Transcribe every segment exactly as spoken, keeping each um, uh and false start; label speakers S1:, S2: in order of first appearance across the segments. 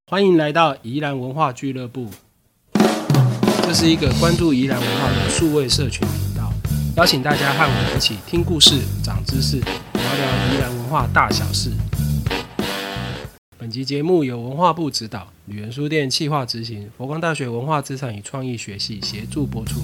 S1: 欢迎来到宜兰文化俱乐部，这是一个关注宜兰文化的数位社群频道，邀请大家和我们一起听故事、长知识，聊聊宜兰文化大小事。本集节目由文化部指导，旅人书店企划执行，佛光大学文化资产与创意学系协助播出。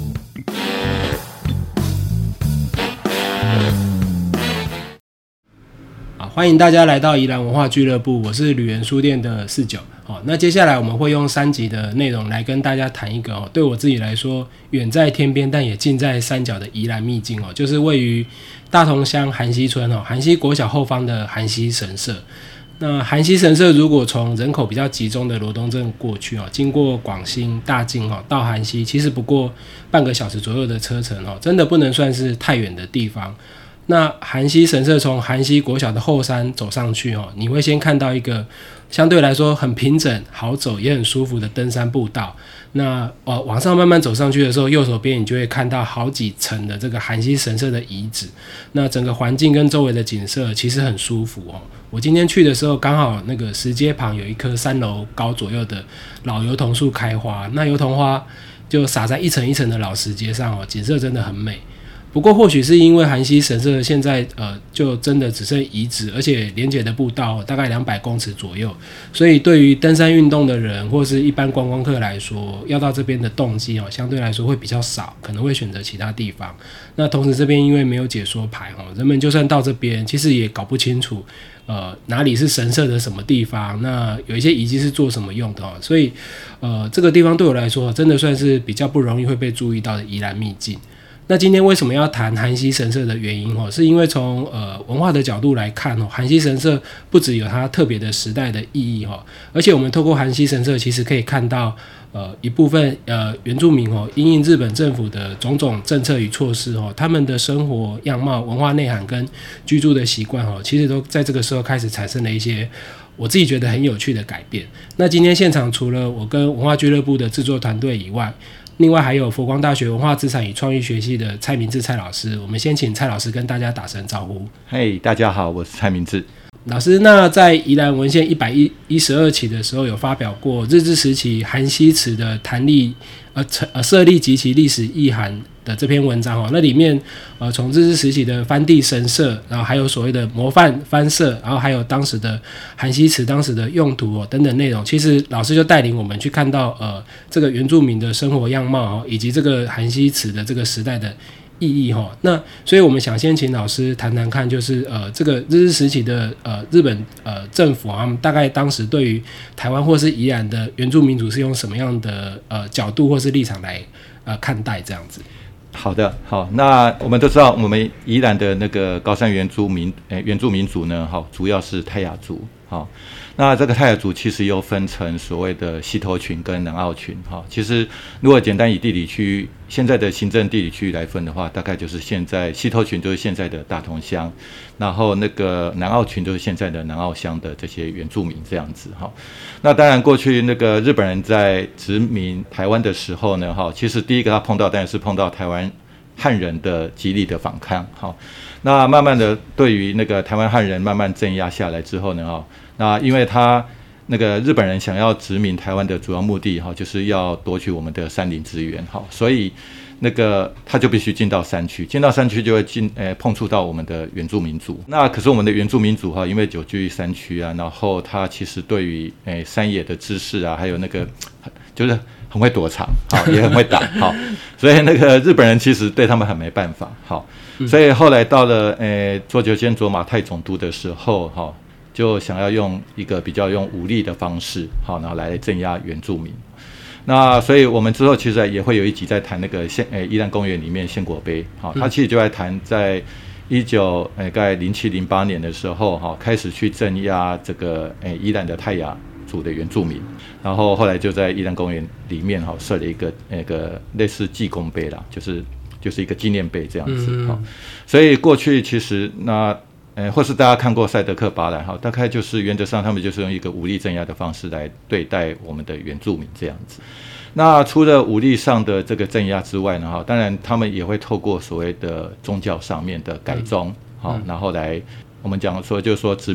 S1: 好，欢迎大家来到宜兰文化俱乐部，我是旅人书店的四九。好，那接下来我们会用三集的内容来跟大家谈一个哦，对我自己来说远在天边但也近在山脚的宜兰秘境哦，就是位于大同乡韩溪村哦，韩溪国小后方的韩溪神社。那韩溪神社如果从人口比较集中的罗东镇过去哦，经过广兴、大径哦，到韩溪，其实不过半个小时左右的车程哦，真的不能算是太远的地方。那韩溪神社从韩溪国小的后山走上去哦，你会先看到一个相对来说很平整、好走也很舒服的登山步道。那呃往上慢慢走上去的时候，右手边你就会看到好几层的这个韩溪神社的遗址。那整个环境跟周围的景色其实很舒服哦。我今天去的时候，刚好那个石阶旁有一棵三楼高左右的老油桐树开花，那油桐花就洒在一层一层的老石阶上哦，景色真的很美。不过或许是因为韩溪神社现在呃就真的只剩遗址，而且连结的步道、哦、大概两百公尺左右，所以对于登山运动的人或是一般观光客来说，要到这边的动机哦相对来说会比较少，可能会选择其他地方。那同时这边因为没有解说牌哦，人们就算到这边，其实也搞不清楚呃哪里是神社的什么地方，那有一些遗迹是做什么用的哦，所以呃这个地方对我来说真的算是比较不容易会被注意到的宜兰秘境。那今天为什么要谈韩溪神社的原因哦？是因为从呃文化的角度来看哦，韩溪神社不只有它特别的时代的意义哦，而且我们透过韩溪神社其实可以看到呃一部分呃原住民哦，因应日本政府的种种政策与措施哦，他们的生活样貌、文化内涵跟居住的习惯哦，其实都在这个时候开始产生了一些我自己觉得很有趣的改变。那今天现场除了我跟文化俱乐部的制作团队以外，另外还有佛光大学文化资产与创意学系的蔡明志蔡老师，我们先请蔡老师跟大家打声招呼。
S2: 嘿、hey, 大家好，我是蔡明志
S1: 老师。那在宜兰文献一百一十二期的时候有发表过日治时期韩溪祠的坛历呃呃设立及其历史意涵的这篇文章哦，那里面呃从日治时期的番地神社，然后还有所谓的模范番社，然后还有当时的韩溪祠当时的用途哦等等内容，其实老师就带领我们去看到呃这个原住民的生活样貌哦，以及这个韩溪祠的这个时代的意义哈。那所以我们想先请老师谈谈看，就是呃这个日治时期的呃日本呃政府啊，大概当时对于台湾或是宜兰的原住民族是用什么样的呃角度或是立场来呃看待这样子。
S2: 好的，好，那我们都知道，我们宜兰的那个高山原住民，诶，原住民族呢，好，主要是泰雅族，好，那这个泰雅族其实又分成所谓的溪头群跟南澳群，好，其实如果简单以地理区域现在的行政地理区域来分的话，大概就是现在溪头群就是现在的大同乡，然后那个南澳群就是现在的南澳乡的这些原住民这样子，哈。那当然过去那个日本人在殖民台湾的时候呢，哈，其实第一个他碰到当然是碰到台湾汉人的极力的反抗，好，那慢慢的对于那个台湾汉人慢慢镇压下来之后呢，哈，那因为他那个日本人想要殖民台湾的主要目的，哈，就是要夺取我们的山林资源，好，所以那个他就必须进到山区，进到山区就会进诶、呃、碰触到我们的原住民族。那可是我们的原住民族哈，因为久居于山区啊，然后他其实对于诶、呃、山野的知识啊，还有那个就是很会躲藏，好，也很会打，好，所以那个日本人其实对他们很没办法，好，所以后来到了诶佐久间卓马太总督的时候，哈，就想要用一个比较用武力的方式，好，然后来镇压原住民。那所以我们之后其实也会有一集在谈那个县诶宜兰公园里面献果碑，好，他其实就在谈在一九诶大概零七零八年的时候，哈，开始去镇压这个诶宜兰的泰雅族的原住民，然后后来就在宜兰公园里面哈设了一个那个类似纪功碑啦，就是就是一个纪念碑这样子，哈、嗯，所以过去其实那。呃，或是大家看过赛德克巴莱哈，大概就是原则上他们就是用一个武力镇压的方式来对待我们的原住民这样子。那除了武力上的这个镇压之外呢，哈，当然他们也会透过所谓的宗教上面的改宗，好、嗯，然后来我们讲说就是说殖民，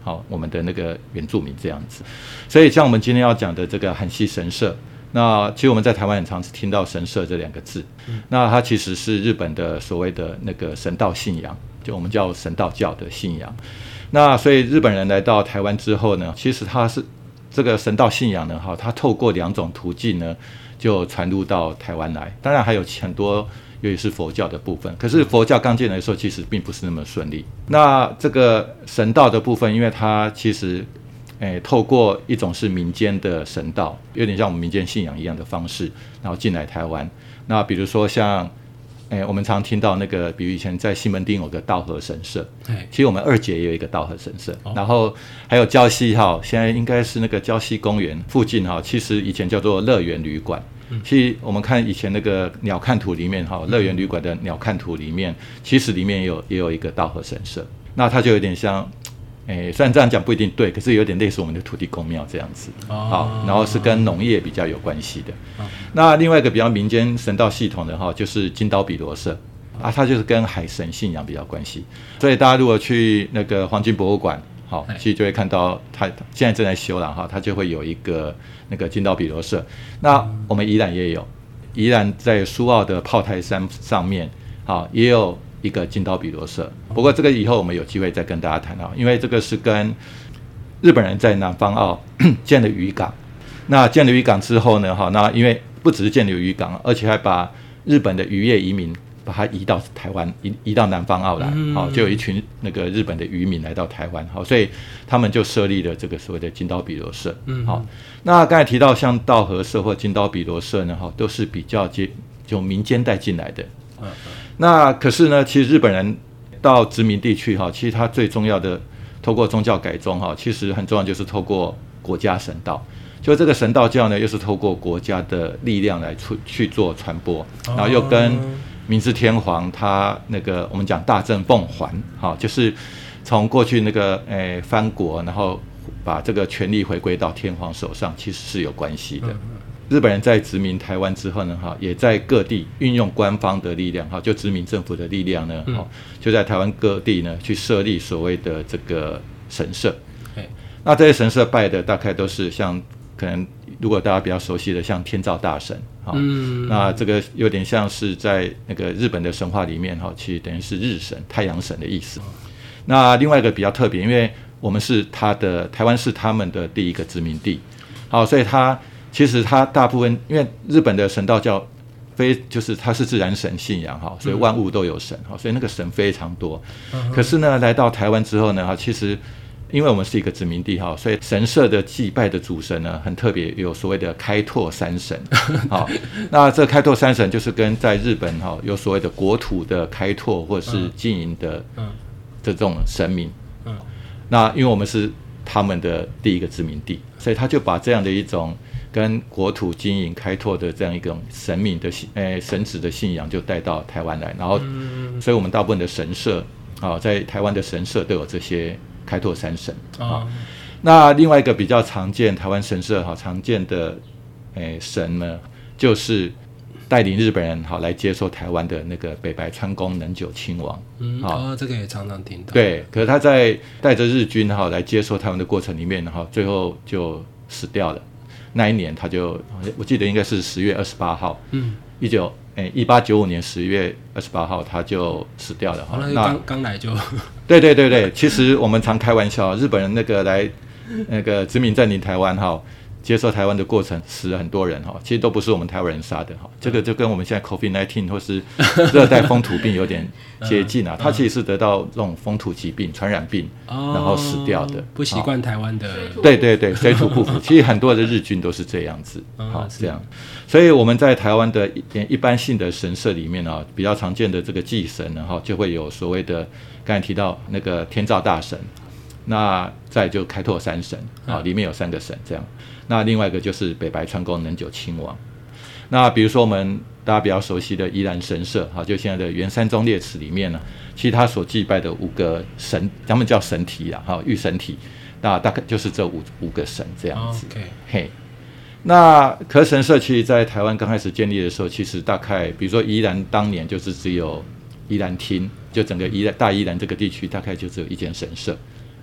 S2: 好我们的那个原住民这样子。所以像我们今天要讲的这个韩系神社，那其实我们在台湾很常听到神社这两个字，嗯、那它其实是日本的所谓的那个神道信仰，就我们叫神道教的信仰。那所以日本人来到台湾之后呢，其实它是这个神道信仰呢，哈，它透过两种途径呢，就传入到台湾来。当然还有很多，尤其是佛教的部分。可是佛教刚进来的时候，其实并不是那么顺利。那这个神道的部分，因为它其实诶，透过一种是民间的神道，有点像我们民间信仰一样的方式，然后进来台湾。那比如说像，诶，我们常听到那个，比如以前在西门町有个道和神社，其实我们二姐也有一个道和神社，哦、然后还有礁溪哈，现在应该是那个礁溪公园附近哈，其实以前叫做乐园旅馆。嗯、其实我们看以前那个鸟瞰图里面哈，乐园旅馆的鸟瞰图里面，其实里面也有也有一个道和神社，那它就有点像。诶，虽然这样讲不一定对，可是有点类似我们的土地公庙这样子，哦、好，然后是跟农业比较有关系的。哦、那另外一个比较民间神道系统的哈，就是金刀比罗社，哦、啊，它就是跟海神信仰比较关系。所以大家如果去那个黄金博物馆，好，其实就会看到它现在正在修了哈，它就会有一个那个金刀比罗社。那我们宜兰也有，宜兰在苏澳的炮台山上面，好，也有一个金刀比罗社。不过这个以后我们有机会再跟大家谈到，因为这个是跟日本人在南方澳建了渔港。那建了渔港之后呢，哈，那因为不只是建了渔港，而且还把日本的渔业移民把它移到台湾，移移到南方澳来，好，就有一群那个日本的渔民来到台湾，好，所以他们就设立了这个所谓的金刀比罗社，好，那刚才提到像道和社或金刀比罗社呢，哈，都是比较接就民间带进来的，那可是呢，其实日本人到殖民地区哈，其实他最重要的透过宗教改宗哈，其实很重要就是透过国家神道。就这个神道教呢，又是透过国家的力量来出去做传播，然后又跟明治天皇他那个我们讲大政奉还，哈，就是从过去那个诶藩国，然后把这个权力回归到天皇手上，其实是有关系的。日本人在殖民台湾之后呢，哈，也在各地运用官方的力量，哈，就殖民政府的力量呢，哈，就在台湾各地呢去设立所谓的这个神社。那这些神社拜的大概都是像可能如果大家比较熟悉的，像天照大神，哈，嗯，那这个有点像是在那个日本的神话里面，哈，其实等于是日神、太阳神的意思。那另外一个比较特别，因为我们是他的台湾是他们的第一个殖民地，好，所以他。其实它大部分，因为日本的神道教非就是它是自然神信仰哈，所以万物都有神哈，所以那个神非常多。可是呢，来到台湾之后呢，哈，其实因为我们是一个殖民地哈，所以神社的祭拜的主神呢很特别，有所谓的开拓三神。好，那这开拓三神就是跟在日本哈有所谓的国土的开拓或者是经营的这种神明。那因为我们是他们的第一个殖民地，所以他就把这样的一种跟国土经营开拓的这样一种神明的信，诶神祇的信仰就带到台湾来，然后，所以我们大部分的神社啊，在台湾的神社都有这些开拓三神啊。那另外一个比较常见台湾神社哈常见的诶神呢，就是带领日本人好来接受台湾的那个北白川宫能久亲王。
S1: 嗯，哦，这个也常常听到。
S2: 对，可是他在带着日军哈来接受台湾的过程里面哈，最后就死掉了。那一年他就，我记得应该是十月二十八号，嗯，一九诶一八九五年十月二十八号他就死掉了哈。
S1: 那刚刚来就，
S2: 对对对对，其实我们常开玩笑，日本人那个来那个殖民占领台湾哈，接受台湾的过程死了很多人哈，其实都不是我们台湾人杀的哈，这个就跟我们现在 COVID 十九 或是热带风土病有点接近啊，他其实是得到这种风土疾病、传染病，然后死掉的。
S1: 不习惯台湾的，
S2: 对对对，水土不服。其实很多的日军都是这样子，好这样。所以我们在台湾的一般性的神社里面啊，比较常见的这个祭神呢，哈，就会有所谓的刚才提到那个天照大神，那再就开拓三神啊，里面有三个神这样。那另外一个就是北白川宫能久亲王。那比如说我们大家比较熟悉的宜兰神社，哈，就现在的圆山宗列祠里面呢，其实他所祭拜的五个神，他们叫神体啦，哈，御神体，那大概就是这五五个神这样子。
S1: Okay.
S2: 嘿，那可神社其实在台湾刚开始建立的时候，其实大概比如说宜兰当年就是只有宜兰厅，就整个宜兰大宜兰这个地区大概就只有一间神社。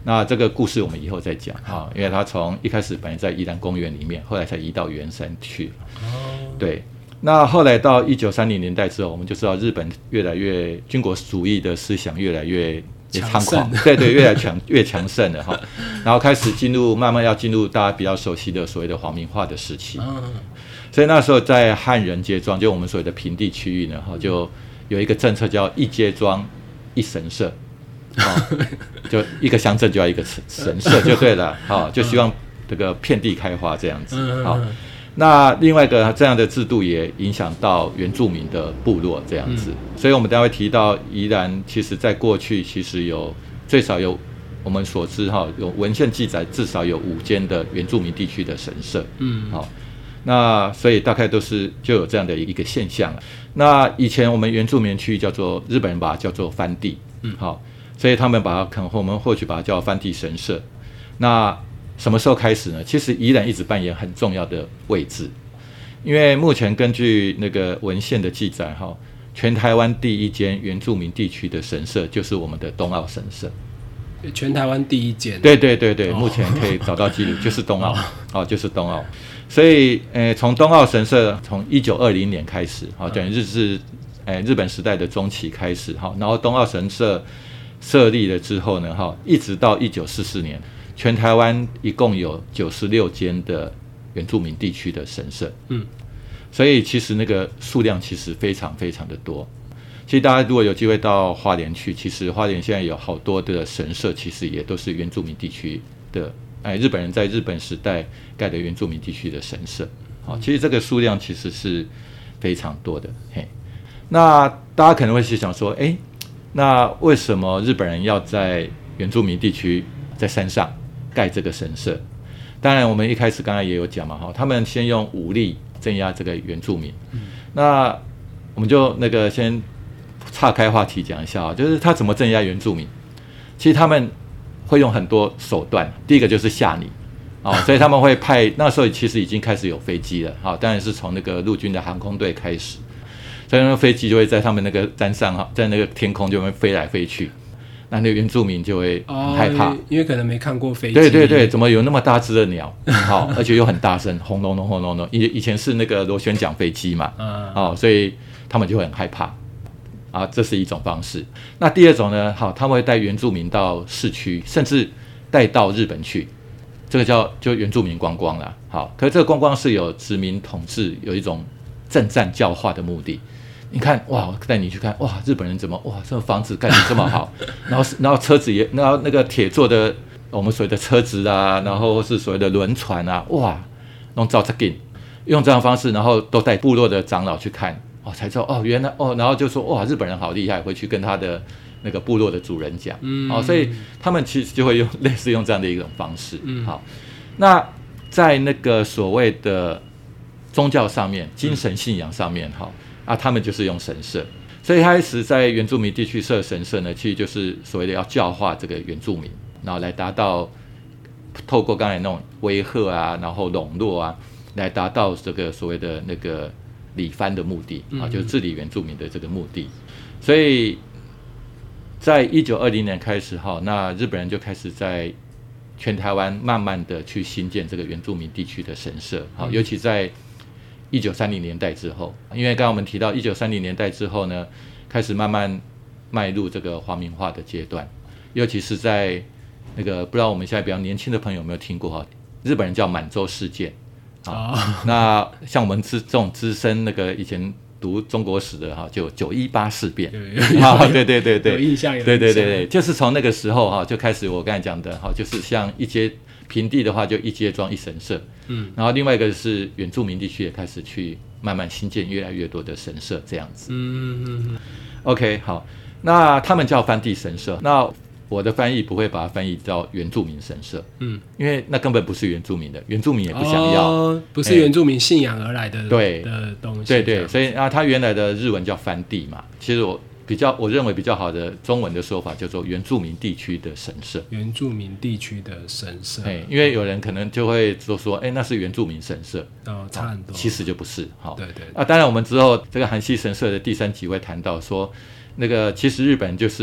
S2: 那这个故事我们以后再讲啊，因为他从一开始本来在宜兰公园里面，后来才移到圆山去。哦，对。那后来到一九三零年代之后，我们就知道日本越来越军国主义的思想越来越猖狂，对对，越来强越强盛了哈。然后开始进入慢慢要进入大家比较熟悉的所谓的皇民化的时期。嗯，所以那时候在汉人街庄，就我们所谓的平地区域呢，哈，就有一个政策叫一街庄一神社。哦，就一个乡镇就要一个神社就对了，哦，就希望这个遍地开花这样子。好，那另外一个这样的制度也影响到原住民的部落这样子，所以我们待会提到宜兰，其实在过去其实有最少有我们所知哈，有文献记载至少有五间的原住民地区的神社。嗯，好，那所以大概都是就有这样的一个现象了。那以前我们原住民区域叫做日本人把它叫做番地，嗯，好。所以他们把它可能我们或许把它叫番地神社。那什么时候开始呢？其实宜兰一直扮演很重要的位置，因为目前根据那个文献的记载，哈，全台湾第一间原住民地区的神社就是我们的东澳神社。
S1: 全台湾第一间？对
S2: 对对对，哦，目前可以找到记录，就是东澳，哦，就是东澳。所以，呃，从东澳神社从一九二零年开始，好，等于日是，呃，日本时代的中期开始，好，然后东澳神社设立了之后呢，哈，一直到一九四四年，全台湾一共有九十六间的原住民地区的神社，嗯，所以其实那个数量其实非常非常的多。其实大家如果有机会到花莲去，其实花莲现在有好多的神社，其实也都是原住民地区的，哎，日本人在日本时代盖的原住民地区的神社，好，其实这个数量其实是非常多的。嘿，那大家可能会去想说，哎，那为什么日本人要在原住民地区在山上盖这个神社？当然我们一开始刚才也有讲嘛，他们先用武力镇压这个原住民，嗯，那我们就那个先岔开话题讲一下，就是他怎么镇压原住民。其实他们会用很多手段，第一个就是吓你，哦，所以他们会派，那时候其实已经开始有飞机了，哦，当然是从那个陆军的航空队开始，所以那个飞机就会在他们那个山上，在那个天空就会飞来飞去，那那个原住民就会很害怕，
S1: 哦，因为可能没看过飞机，
S2: 对对对，怎么有那么大只的鸟，哦，而且又很大声，轰隆隆轰隆隆，以以前是那个螺旋桨飞机嘛，哦，所以他们就会很害怕。啊，这是一种方式。那第二种呢？好，他们会带原住民到市区，甚至带到日本去，这个叫就原住民观光啦。好，可是这个观光是有殖民统治，有一种政战教化的目的。你看，哇，带你去看，哇，日本人怎么哇，这个房子盖得这么好，然后然后车子也，然后那个铁做的我们所谓的车子啊，然后是所谓的轮船啊，哇，弄造这个，用这样的方式，然后都带部落的长老去看。哦，才知道哦，原来哦，然后就说哇，日本人好厉害，回去跟他的那个部落的主人讲，嗯，哦，所以他们其实就会用类似用这样的一种方式，嗯，好，那在那个所谓的宗教上面、精神信仰上面，哈，啊，他们就是用神社，所以开始在原住民地区设神社呢，其实就是所谓的要教化这个原住民，然后来达到透过刚才那种威吓啊，然后笼络啊，来达到这个所谓的那个理番的目的啊，就是治理原住民的这个目的。所以在一九二零年开始哈，那日本人就开始在全台湾慢慢的去新建这个原住民地区的神社，好，尤其在一九三零年代之后，因为刚刚我们提到一九三零年代之后呢，开始慢慢迈入这个皇民化的阶段，尤其是在那个不知道我们现在比较年轻的朋友有没有听过哈，日本人叫满洲事件。啊，那像我们资这种资深那个以前读中国史的哈，就九一八事变，啊，对对对对，
S1: 有印象，有印象，
S2: 对对对对，就是从那个时候哈就开始，我刚才讲的哈，就是像一街平地的话，就一街庄一神社，嗯，然后另外一个是原住民地区也开始去慢慢新建越来越多的神社这样子，嗯嗯嗯 ，OK， 好，那他们叫番地神社，那我的翻译不会把它翻译到原住民神社，嗯，因为那根本不是原住民的，原住民也不想要，
S1: 哦，不是原住民信仰而来的，欸，对的东西，
S2: 对对，所以啊，它原来的日文叫番地嘛，其实我比较我认为比较好的中文的说法叫做原住民地区的神社，
S1: 原住民地区的神社，
S2: 哎，因为有人可能就会说说，哎，那是原住民神社，
S1: 哦，差很多，
S2: 其实就不是，好，
S1: 对 对, 对，
S2: 啊，当然我们之后这个韩系神社的第三集会谈到说，那个其实日本就是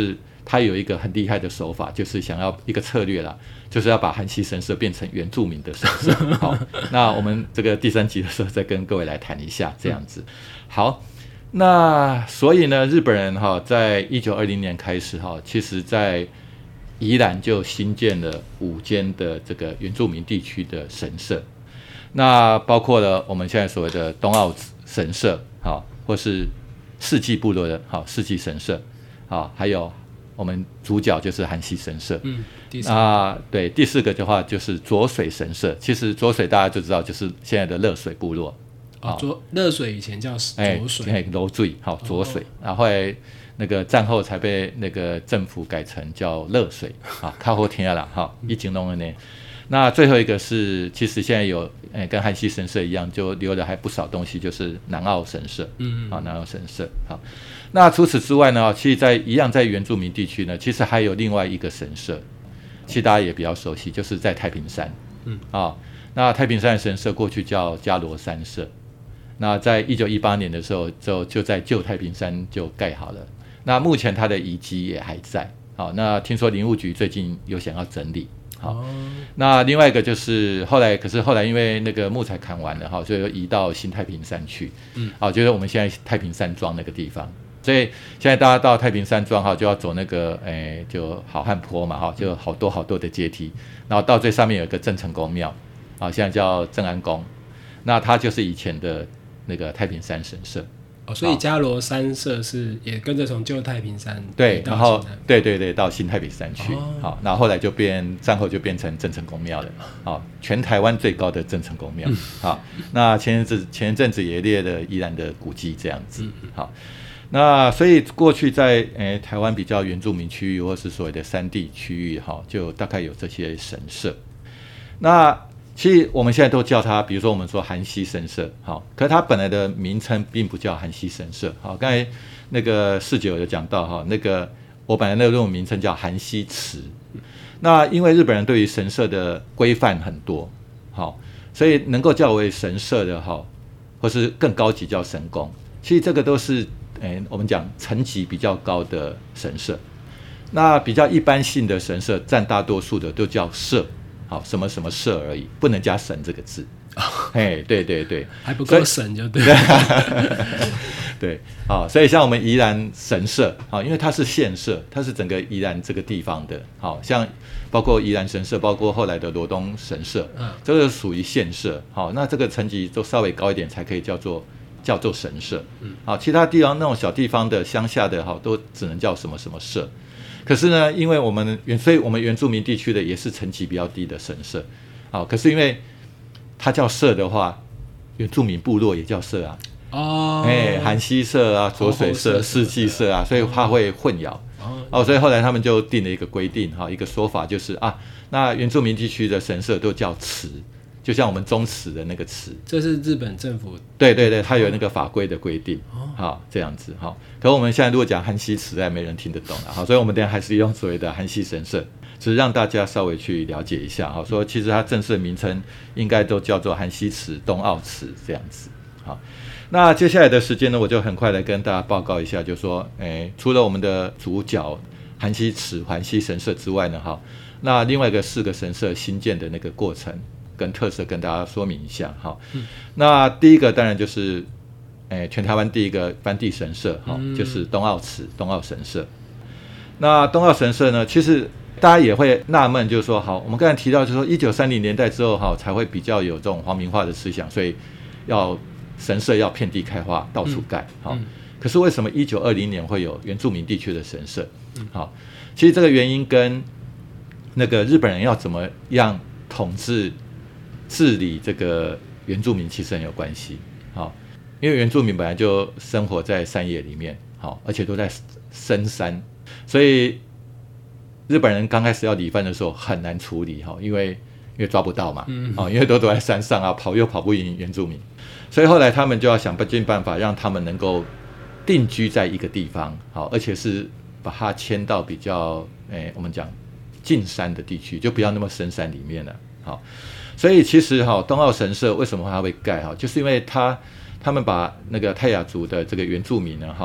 S2: 他有一个很厉害的手法，就是想要一个策略啦，就是要把韩系神社变成原住民的神社。好，那我们这个第三集的时候再跟各位来谈一下这样子。好，那所以呢，日本人哈，在一九二零年开始哈，其实在宜兰就新建了五间的这个原住民地区的神社，那包括了我们现在所谓的东澳神社，好，或是世纪部落的好世纪神社，好，还有我们主角就是韩系神社。
S1: 嗯，第四
S2: 啊，对，第四个的话就是浊水神社。其实浊水大家就知道，就是现在的热水部落。
S1: 哦，浊热水以前叫浊水，
S2: 哎，浊水，好，浊水，然后后来那个战后才被那个政府改成叫热水，啊，靠后天了，哈，一经弄了呢。那最后一个是，其实现在有，哎，跟韩系神社一样，就留了还不少东西，就是南澳神社，嗯，啊，南澳神社，好。那除此之外呢，其实在一样在原住民地区呢，其实还有另外一个神社，其实大家也比较熟悉，就是在太平山，嗯，啊，那太平山的神社过去叫迦罗山社。那在一九一八年的时候就就在旧太平山就盖好了，那目前它的遗迹也还在。好，那听说林务局最近有想要整理。好，哦，那另外一个就是后来，可是后来因为那个木材砍完了哈，所以又移到新太平山去。嗯，好，就是我们现在太平山庄那个地方，所以现在大家到太平山庄哈，就要走那个诶，就好汉坡嘛哈，就好多好多的阶梯，然后到最上面有一个郑成功庙，啊，现在叫郑安宫，那它就是以前的那个太平山神社。
S1: 哦，所以迦罗山社是也跟着从旧太平山
S2: 对，然后对对对到新太平山去。哦，好，然后后来就变战后就变成郑成功庙了。好，全台湾最高的郑成功庙。嗯，好，那前一阵前一阵子也列了宜兰的古迹这样子。嗯，好，那所以过去在诶台湾比较原住民区域或是所谓的山地区域哈，就大概有这些神社。那其实我们现在都叫它，比如说我们说韩系神社，好，可是它本来的名称并不叫韩系神社，好，刚才那个四九有讲到哈，那个我本来那个论文名称叫韩系祠，那因为日本人对于神社的规范很多，好，所以能够叫为神社的哈，或是更高级叫神宫，其实这个都是诶我们讲层级比较高的神社，那比较一般性的神社占大多数的都叫社。好，什么什么社而已，不能加神这个字。哎，哦，对对对，
S1: 还不够神就对。
S2: 对，好，所以像我们宜兰神社，好，因为它是县社，它是整个宜兰这个地方的，好像包括宜兰神社，包括后来的罗东神社，嗯，这个属于县社。好，那这个层级都稍微高一点才可以叫做叫做神社。嗯，好，其他地方那种小地方的乡下的，好，都只能叫什么什么社。可是呢，因为我们原，所以我们原住民地区的也是层级比较低的神社，好，可是因为它叫社的话，原住民部落也叫社啊，哦，哎，韩溪社啊，浊水社、世纪社啊，所以怕会混淆，哦，哦，所以后来他们就定了一个规定，哈，一个说法就是啊，那原住民地区的神社都叫祠。就像我们宗祠的那个祠，
S1: 这是日本政府
S2: 对对对，它有那个法规的规定，哦，好，这样子好。可是我们现在如果讲韩系祠，还没人听得懂了，好，所以我们等一下还是用所谓的韩系神社，只是让大家稍微去了解一下，好，说其实它正式的名称应该都叫做韩系祠、东澳祠这样子，好。那接下来的时间呢，我就很快来跟大家报告一下，就是说，哎，除了我们的主角韩系祠、韩系神社之外呢，哈，那另外一个四个神社新建的那个过程。跟特色跟大家说明一下哈，嗯，那第一个当然就是，诶，全台湾第一个番地神社哈，嗯，就是东澳祠东澳神社。那东澳神社呢，其实大家也会纳闷，就是说，好，我们刚才提到，就是说一九三零年代之后哈，才会比较有这种皇民化的思想，所以要神社要遍地开花，到处盖，好，嗯。可是为什么一九二零年会有原住民地区的神社？好，其实这个原因跟那个日本人要怎么样统治。治理这个原住民其实很有关系，好，因为原住民本来就生活在山野里面，好，而且都在深山，所以日本人刚开始要理番的时候很难处理，哈，因为因为抓不到嘛，嗯，因为都躲在山上啊，跑又跑不赢原住民，所以后来他们就要想尽办法让他们能够定居在一个地方，好，而且是把它迁到比较，诶，我们讲近山的地区，就不要那么深山里面了，好。所以其实哈，东澳神社为什么它会盖哈，就是因为它他们把那个泰雅族的这个原住民呢哈，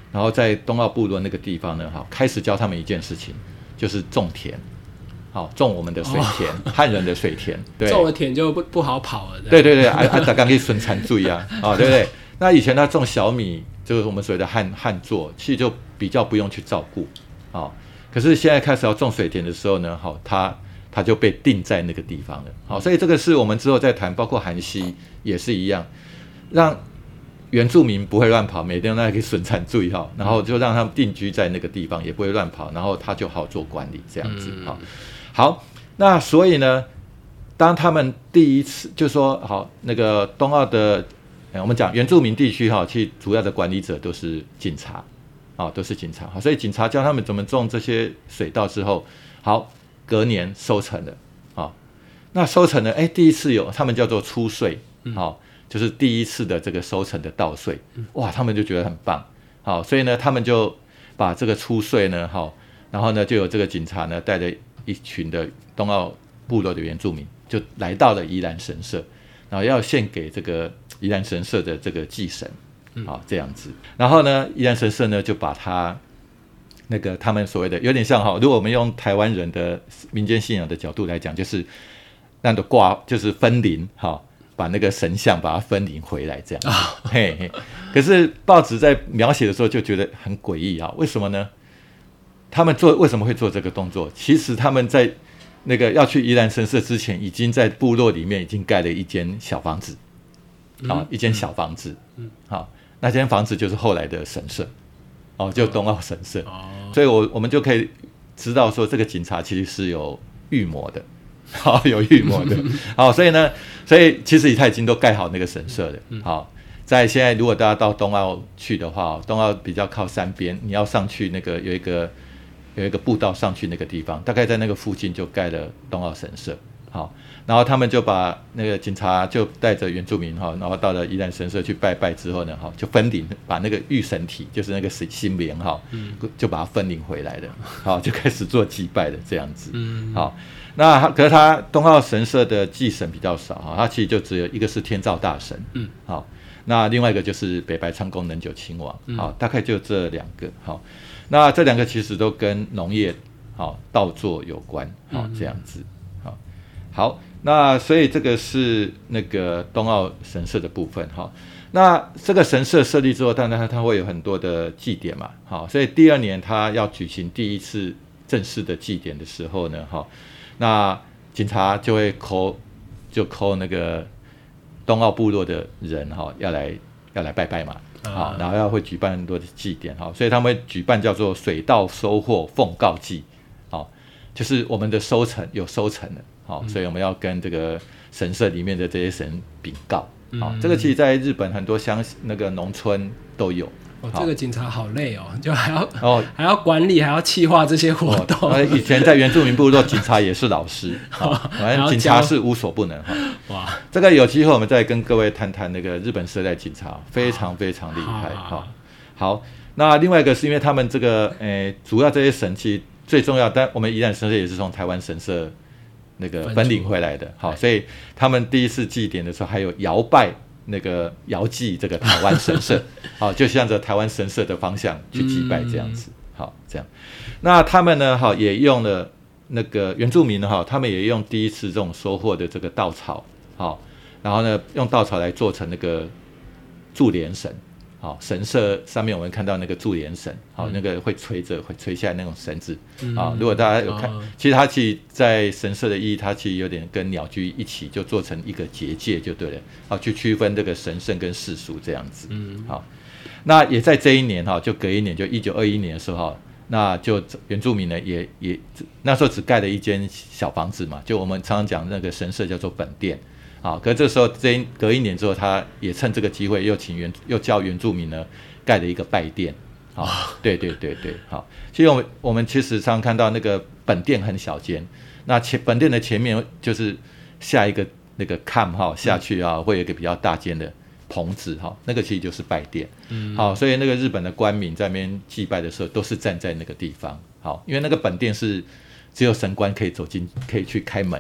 S2: 然后在东澳部落那个地方呢，好，开始教他们一件事情，就是种田。好，种我们的水田，哦、汉人的水田，对，
S1: 种了田就不不好跑了。
S2: 对对对，啊啊，大家可以顺产注意啊，啊，对不对？那以前他种小米，就是我们所谓的旱旱作，其实就比较不用去照顾，啊，可是现在开始要种水田的时候呢，好，他他就被定在那个地方了，好，所以这个是我们之后再谈，包括韩溪也是一样，让原住民不会乱跑，每天都可以顺产注意哈，然后就让他们定居在那个地方，也不会乱跑，然后他就好做管理这样子，好。好，那所以呢，当他们第一次就说好，那个东澳的，我们讲原住民地区哈，其实主要的管理者都是警察，啊，都是警察。好，所以警察教他们怎么种这些水稻之后，好，隔年收成了，啊，那收成呢，哎，第一次有他们叫做初穗，好，就是第一次的这个收成的稻穗，哇，他们就觉得很棒，好，所以呢，他们就把这个初穗呢，好，然后呢，就有这个警察呢带着一群的东澳部落的原住民就来到了宜兰神社，然后要献给这个宜兰神社的这个祭神，好，这样子。然后呢，宜兰神社呢就把他那个他们所谓的有点像哈，如果我们用台湾人的民间信仰的角度来讲，就是那个挂就是分灵哈，把那个神像把它分灵回来这样。哦、嘿嘿。可是报纸在描写的时候就觉得很诡异啊，为什么呢？他们做为什么会做这个动作？其实他们在那个要去宜兰神社之前，已经在部落里面已经盖了一间小房子，好、嗯，一间小房子，嗯，好，那间房子就是后来的神社，哦，就东澳神社，哦，所以我我们就可以知道说，这个警察其实是有预谋的，好，有预谋的，好，所以呢，所以其实他已经都盖好那个神社了，好。在现在，如果大家到东澳去的话，东澳比较靠山边，你要上去那个有一个有一个步道上去那个地方，大概在那个附近就盖了东澳神社。好，然后他们就把那个警察就带着原住民哈，然后到了宜兰神社去拜拜之后呢，哈，就分灵，把那个御神体，就是那个心灵哈，就把它分灵回来了，好，就开始做祭拜的这样子。好，那可是他东澳神社的祭神比较少哈，他其实就只有一个是天照大神，嗯，好。那另外一个就是北白昌宫能久亲王，好，大概就这两个，好，那这两个其实都跟农业好稻作有关，好，这样子，好，好，那所以这个是那个东澳神社的部分，好，那这个神社设立之后，当然它会有很多的祭典嘛，好，所以第二年他要举行第一次正式的祭典的时候呢，好，那警察就会 call 就 call 那个。东澳部落的人哈要来要来拜拜嘛，好，然后要会举办很多的祭典哈，所以他们会举办叫做水稻收获奉告祭，好，就是我们的收成有收成了，好，所以我们要跟这个神社里面的这些神禀告，好，这个其实在日本很多乡那个农村都有。
S1: 哦，这个警察好累哦，就还要哦还要管理，还要企划这些活动。
S2: 哦、以前在原住民部落，警察也是老师，反正警察是无所不能哈。哇，这个有机会我们再跟各位谈谈那个日本时代警察，非常非常厉害哈。好，那另外一个是因为他们这个诶，主要这些神器最重要，但我们宜兰神社也是从台湾神社那个分领回来的，好，所以他们第一次祭典的时候还有摇拜。那个遥祭这个台湾神社，好，就向着台湾神社的方向去祭拜这样子，好，这样。那他们呢，好，也用了那个原住民呢，哈，他们也用第一次这种收获的这个稻草，好，然后呢，用稻草来做成那个注连绳，好，神社上面我们看到那个注连绳，好，那个会垂着会垂下来那种绳子，啊，如果大家有看，其实它其实在神社的意义，它其实有点跟鸟居一起就做成一个结界就对了，好，去区分这个神圣跟世俗这样子，好，那也在这一年哈，就隔一年就一九二一年的时候，那就原住民呢也也那时候只盖了一间小房子嘛，就我们常常讲那个神社叫做本殿。好，可是这时候这一隔一年之后，他也趁这个机会又请原又叫原住民呢盖了一个拜殿。好，对对对对，好。其实我们我们其实常常看到那个本殿很小间，那前本殿的前面就是下一个那个坎哈下去啊，会有一个比较大间的棚子哈，那个其实就是拜殿。嗯，好，所以那个日本的官民在那边祭拜的时候，都是站在那个地方。好，因为那个本殿是只有神官可以走进，可以去开门。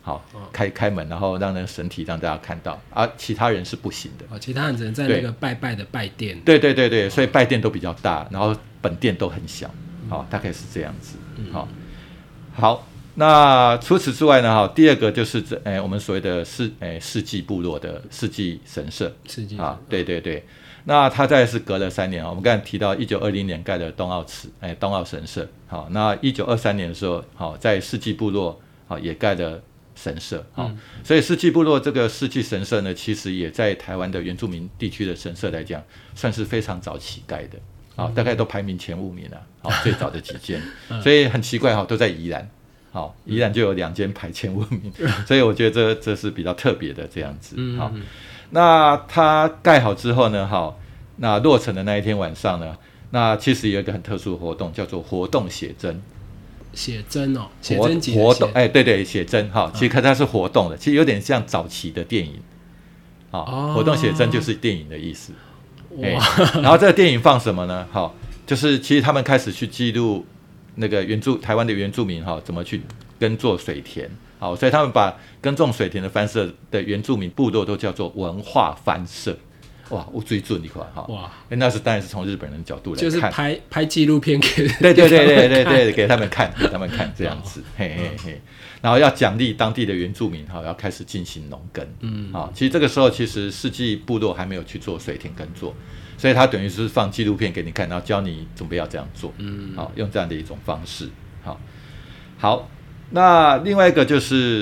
S2: 好，开开门，然后让那个神体让大家看到，而、啊、其他人是不行的。
S1: 哦，其他人只能在那个拜拜的拜殿。
S2: 对对对对，所以拜殿都比较大，然后本殿都很小，好、哦，大概是这样子。好、嗯，好，那除此之外呢，哈，第二个就是这，哎，我们所谓的世，哎，世纪部落的世纪神社。
S1: 世纪
S2: 啊，对对对。那它再是隔了三年，我们刚才提到一九二零年盖的东澳祠，哎，东澳神社。好，那一九二三年的时候，好，在世纪部落，好，也盖了神社。好、嗯，所以世纪部落这个世纪神社呢，其实也在台湾的原住民地区的神社来讲，算是非常早期盖的。好，大概都排名前五名了。好，最早的几间，所以很奇怪哈，都在宜兰。好，宜兰就有两间排前五名，所以我觉得这这是比较特别的这样子。好，那它盖好之后呢，好，那落成的那一天晚上呢，那其实有一个很特殊的活动，叫做活动写真。
S1: 写真哦，写真集
S2: 活动，哎，对对，写真哈，其实它是活动的，其实有点像早期的电影。好，哦、活动写真就是电影的意思。哎，然后这个电影放什么呢？好，就是其实他们开始去记录那个原住台湾的原住民哈怎么去耕作水田。好，所以他们把耕种水田的番社的原住民部落都叫做文化番社。哇，我最准一块哈！哇，那是当然是从日本人的角度来看，
S1: 就是拍拍纪录片给
S2: 对对对对对对给他们看，给他们看这样子，哦、嘿嘿嘿。然后要奖励当地的原住民哈，要开始进行农耕。嗯，啊，其实这个时候其实世纪部落还没有去做水田耕作，所以他等于是放纪录片给你看，然后教你准备要这样做。嗯，好，用这样的一种方式。好，好，那另外一个就是。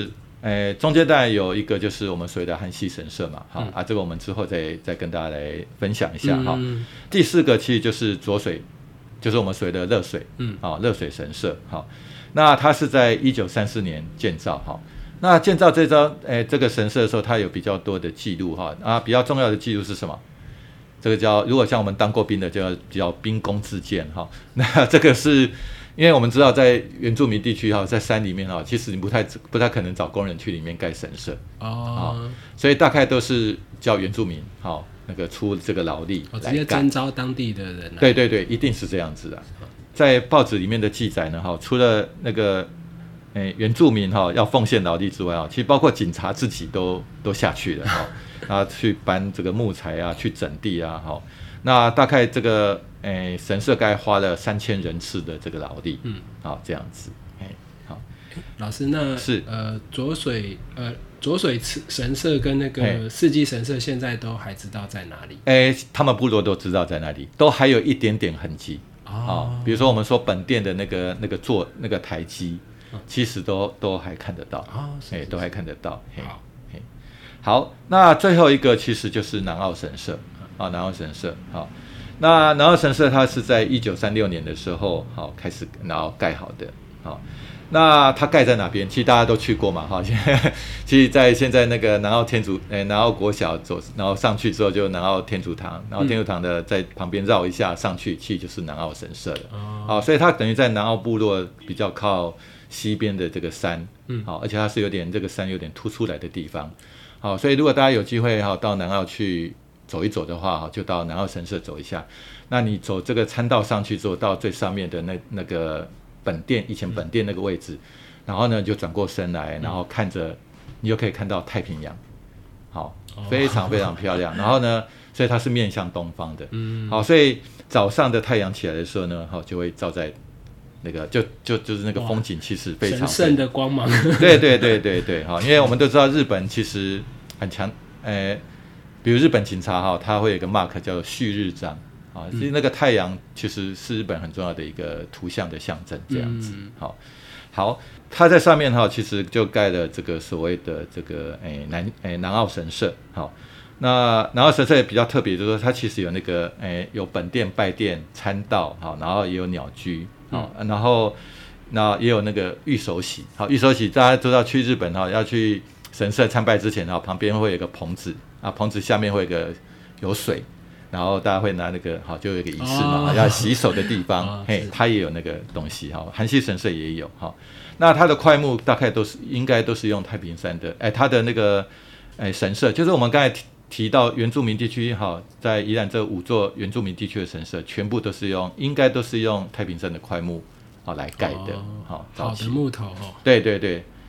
S2: 诶，中间当然有一个就是我们所谓的韩系神社嘛，哈、嗯、啊，这个我们之后再再跟大家来分享一下哈、嗯。第四个其实就是浊水，就是我们所谓的热水，嗯，啊，热水神社，哈，那它是在一九三四年建造，哈，那建造这张诶这个神社的时候，它有比较多的记录，哈，啊，比较重要的记录是什么？这个叫如果像我们当过兵的，就要叫兵功自荐，哈，那这个是。因为我们知道在原住民地区哈，在山里面哈，其实你不太不太可能找工人去里面盖神社哦、啊，所以大概都是叫原住民哈那个出这个劳力来盖，
S1: 直接征召当地的人、啊。
S2: 对对对，一定是这样子的。在报纸里面的记载呢哈，除了那个诶原住民哈要奉献劳力之外啊，其实包括警察自己都都下去了哈，啊去搬这个木材啊，去整地啊哈。那大概这个诶神社该花了三千人次的这个劳力，嗯，好这样子，诶，好，
S1: 老师那
S2: 是
S1: 呃浊水呃浊水神社跟那个世纪神社现在都还知道在哪里？
S2: 诶，他们部落都知道在哪里，都还有一点点痕迹啊、哦，比如说我们说本殿的那个那个座那个台基，嗯、其实都都还看得到啊，哎、哦，都还看得到，好，好，那最后一个其实就是南澳神社。啊，南澳神社，好，那南澳神社它是在一九三六年的时候，好开始然后盖好的，好，那它盖在哪边？其实大家都去过嘛，哈，其实在现在那个南澳天主，诶，南澳国小走，然后上去之后就南澳天主堂，然后天主堂的在旁边绕一下上去，其实就是南澳神社了，哦，好，所以它等于在南澳部落比较靠西边的这个山，嗯，好，而且它是有点这个山有点凸出来的地方，好，所以如果大家有机会哈到南澳去。走一走的话，就到南澳神社走一下。那你走这个参道上去之后，到最上面的那那个本殿，以前本殿那个位置，然后呢就转过身来，然后看着，你就可以看到太平洋，好，非常非常漂亮。然后呢，所以它是面向东方的，嗯，好，所以早上的太阳起来的时候呢，好就会照在那个就就就是那个风景，其实非常
S1: 神圣的光芒。
S2: 对对对对对，好，因为我们都知道日本其实很强，诶。比如日本警察哈，它会有一个 mark 叫做旭日章啊，其实那个太阳其实是日本很重要的一个图像的象征，这样子。好，好，它在上面哈，其实就盖了这个所谓的这个诶南诶南澳神社。好，那南澳神社也比较特别，就是说它其实有那个诶有本殿、拜殿、参道，好，然后也有鸟居，好，然后那也有那个御手洗。好，御手洗大家都知道去日本哈要去神社参拜之前哈，旁边会有一个棚子。啊，棚子下面会有个有水，然后大家会拿那个好，就有一个仪式嘛，哦、要洗手的地方，哦、嘿，它也有那个东西哈。韩系神社也有哈。那它的块木大概都是应该都是用太平山的，哎，它的那个哎神社，就是我们刚才提提到原住民地区哈，在宜兰这五座原住民地区的神社，全部都是用应该都是用太平山的块木啊来盖的，好、
S1: 哦，好的木头哦。
S2: 对对对。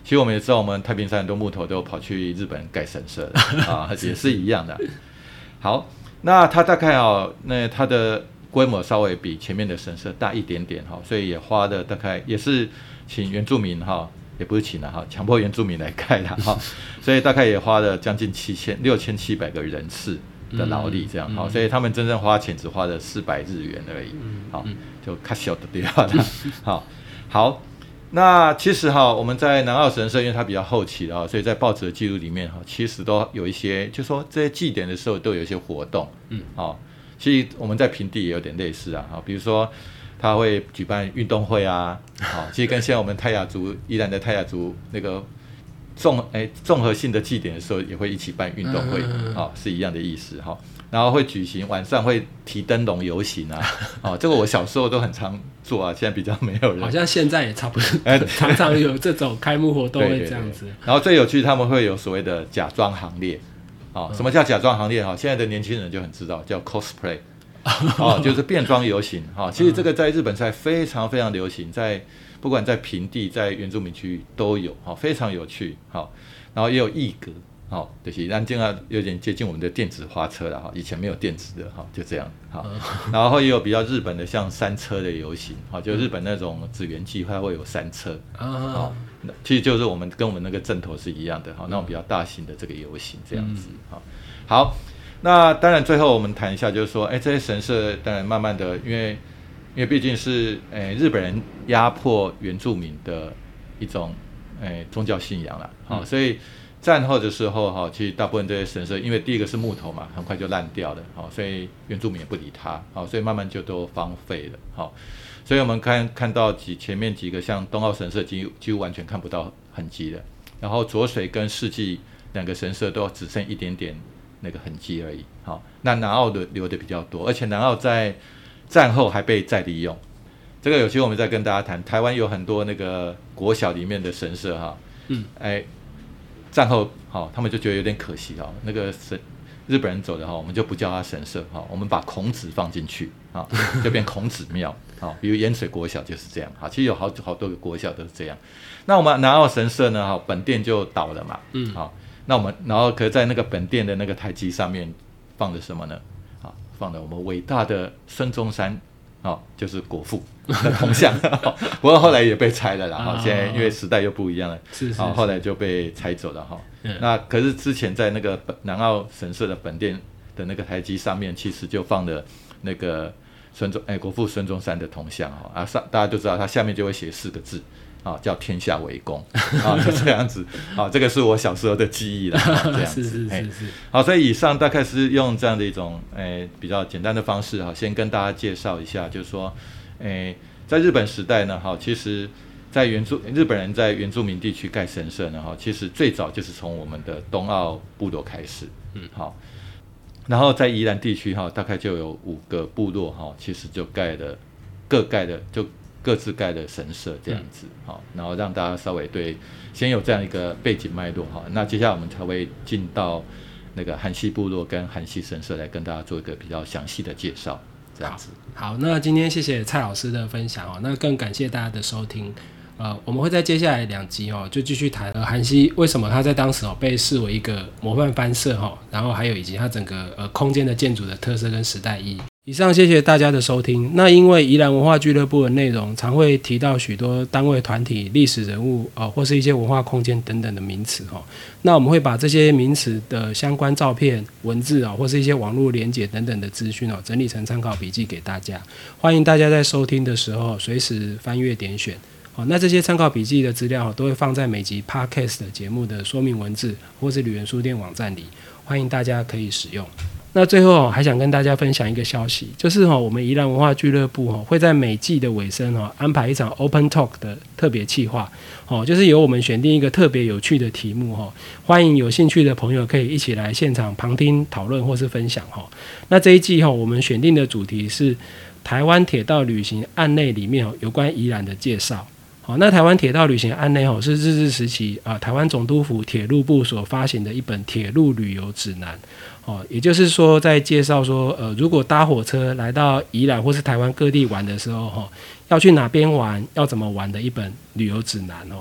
S2: 其实我们也知道，我们太平山很多木头都跑去日本盖神社的啊，也是一样的。好，那它大概哦，那它的规模稍微比前面的神社大一点点哈，所以也花的大概也是请原住民哈，也不是请了哈，强迫原住民来盖的哈，所以大概也花了将近七千六千七百个人次的劳力这样，好、嗯，所以他们真正花钱只花了四百日元而已，好、嗯，就较小的地方了，好，好。那其实哈，我们在南澳神社，因为它比较后期的哈，所以在报纸的记录里面哈，其实都有一些，就说这些祭典的时候都有一些活动，嗯，好，其实我们在平地也有点类似啊，哈，比如说他会举办运动会啊，好，其实跟现在我们泰雅族宜兰的泰雅族那个综哎综合性的祭典的时候，也会一起办运动会，好，是一样的意思哈。然后会举行晚上会提灯笼游行啊，哦，这个我小时候都很常做啊，现在比较没有人。
S1: 好像现在也差不多，常常有这种开幕活动会这样子。
S2: 对对对，然后最有趣，他们会有所谓的假装行列，哦，什么叫假装行列？哈，现在的年轻人就很知道，叫 cosplay， 哦，就是变装游行。哈，其实这个在日本在非常非常流行，在不管在平地、在原住民区域都有，哈，非常有趣。好，然后也有艺格。好，就是咱这样有点接近我们的电子花车了哈，以前没有电子的哈，就这样好。然后也有比较日本的像山车的游行，好，就日本那种紫园计划会有山车，好，其实就是我们跟我们那个阵头是一样的，好，那种比较大型的这个游行这样子，好，好，那当然最后我们谈一下，就是说，哎，这些神社当然慢慢的，因为因为毕竟是哎日本人压迫原住民的一种哎宗教信仰啦，好，所以。战后的时候哈，其实大部分这些神社，因为第一个是木头嘛，很快就烂掉了，好，所以原住民也不理它，好，所以慢慢就都荒废了，好，所以我们看看到几前面几个像东澳神社几乎几乎完全看不到痕迹了，然后浊水跟世纪两个神社都只剩一点点那个痕迹而已，好，那南澳的留的比较多，而且南澳在战后还被再利用，这个有机会我们再跟大家谈，台湾有很多那个国小里面的神社哈，嗯，哎。战后，好，他们就觉得有点可惜哈，那个神日本人走的哈，我们就不叫他神社哈，我们把孔子放进去啊，就变孔子庙啊。比如盐水国小就是这样哈，其实有好好多个国小都是这样。那我们南澳神社呢，哈，本殿就倒了嘛，嗯，好，那我们然后可是在那个本殿的那个台基上面放的什么呢？啊，放了我们伟大的孙中山。哦，就是国父的铜像，不过后来也被拆了啦。哈、哦，现在因为时代又不一样了，
S1: 是是是，
S2: 哦，后来就被拆走了哈、哦。那可是之前在那个南澳神社的本殿的那个台基上面，其实就放了那个孙中哎国父孙中山的铜像哈啊，上大家就知道，它下面就会写四个字。啊，叫天下为公啊，就这样子啊，这个是我小时候的记忆啦，这样子，
S1: 是是是是。
S2: 好，所以以上大概是用这样的一种诶比较简单的方式哈，先跟大家介绍一下，就是说，诶，在日本时代呢，哈，其实，在原住日本人在原住民地区盖神社呢，哈，其实最早就是从我们的东澳部落开始，嗯，好，然后在宜兰地区哈，大概就有五个部落哈，其实就盖了各盖的就。各自盖的神社这样子，好、嗯，然后让大家稍微对先有这样一个背景脉络哈，那接下来我们才会进到那个韩系部落跟韩系神社来跟大家做一个比较详细的介绍，这样子。
S1: 好，好，那今天谢谢蔡老师的分享哦，那更感谢大家的收听。呃，我们会在接下来两集哦，就继续谈呃韩系为什么它在当时哦被视为一个模范藩社哈、哦，然后还有以及它整个呃空间的建筑的特色跟时代意义。以上谢谢大家的收听。那因为宜兰文化俱乐部的内容常会提到许多单位、团体、历史人物哦，或是一些文化空间等等的名词哦，那我们会把这些名词的相关照片、文字哦，或是一些网络连结等等的资讯哦，整理成参考笔记给大家。欢迎大家在收听的时候随时翻阅点选。好，那这些参考笔记的资料都会放在每集 Podcast 的节目的说明文字或是旅人书店网站里，欢迎大家可以使用。那最后还想跟大家分享一个消息，就是我们宜兰文化俱乐部会在每季的尾声安排一场 Open Talk 的特别企划，就是由我们选定一个特别有趣的题目，欢迎有兴趣的朋友可以一起来现场旁听讨论或是分享。那这一季我们选定的主题是台湾铁道旅行案内里面有关宜兰的介绍。好，那台湾铁道旅行案内是日治时期啊台湾总督府铁路部所发行的一本铁路旅游指南。哦，也就是说，在介绍说，呃，如果搭火车来到宜兰或是台湾各地玩的时候，哈、哦，要去哪边玩，要怎么玩的一本旅游指南哦。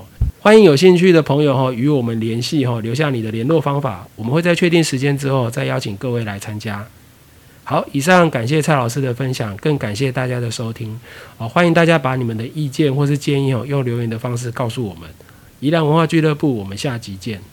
S1: 欢迎有兴趣的朋友与我们联系，留下你的联络方法，我们会在确定时间之后再邀请各位来参加。好，以上感谢蔡老师的分享，更感谢大家的收听。欢迎大家把你们的意见或是建议用留言的方式告诉我们。宜兰文化俱乐部，我们下集见。